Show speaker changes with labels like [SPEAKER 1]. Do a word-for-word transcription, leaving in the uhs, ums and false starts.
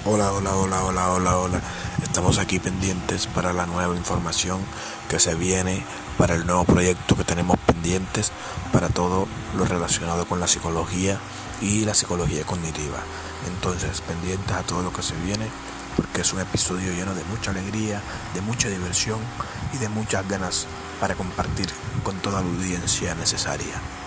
[SPEAKER 1] Hola, hola, hola, hola, hola, hola. Estamos aquí pendientes para la nueva información que se viene, para el nuevo proyecto que tenemos pendientes, para todo lo relacionado con la psicología y la psicología cognitiva. Entonces, pendientes a todo lo que se viene, porque es un episodio lleno de mucha alegría, de mucha diversión y de muchas ganas para compartir con toda la audiencia necesaria.